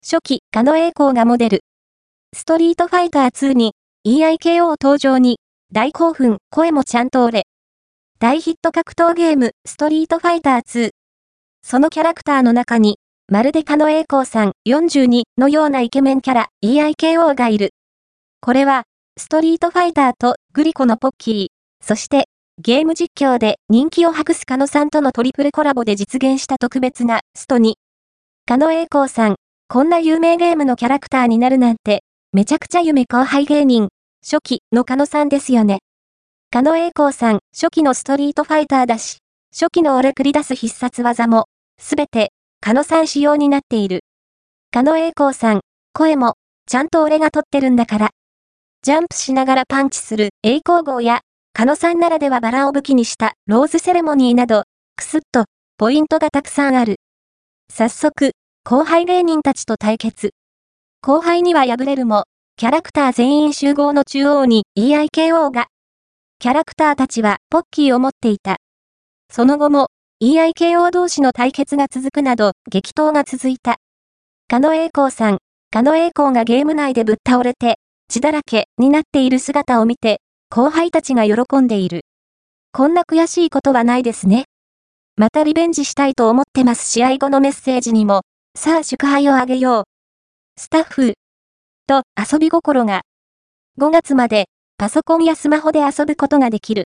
初期、狩野英孝がモデル。ストリートファイター2に、EIKO 登場に、大興奮、声もちゃんと俺。大ヒット格闘ゲーム、ストリートファイター2。そのキャラクターの中に、まるで狩野英孝さん42のようなイケメンキャラ、EIKO がいる。これは、ストリートファイターとグリコのポッキー、そして、ゲーム実況で人気を博す狩野さんとのトリプルコラボで実現した特別なストに。狩野英孝さん、こんな有名ゲームのキャラクターになるなんて、めちゃくちゃ夢後輩芸人、初期の狩野さんですよね。狩野英孝さん、初期のストリートファイターだし、初期の俺繰り出す必殺技も、すべて、狩野さん仕様になっている。狩野英孝さん、声も、ちゃんと俺が撮ってるんだから。ジャンプしながらパンチする栄光号や、狩野さんならではバラを武器にしたローズセレモニーなど、くすっと、ポイントがたくさんある。早速、後輩芸人たちと対決。後輩には敗れるも、キャラクター全員集合の中央に EIKO が。キャラクターたちはポッキーを持っていた。その後も、EIKO 同士の対決が続くなど、激闘が続いた。狩野英孝さん、狩野英孝がゲーム内でぶっ倒れて、血だらけになっている姿を見て、後輩たちが喜んでいる。こんな悔しいことはないですね。またリベンジしたいと思ってます。試合後のメッセージにも、さあ祝杯をあげよう。スタッフと遊び心が5月までパソコンやスマホで遊ぶことができる。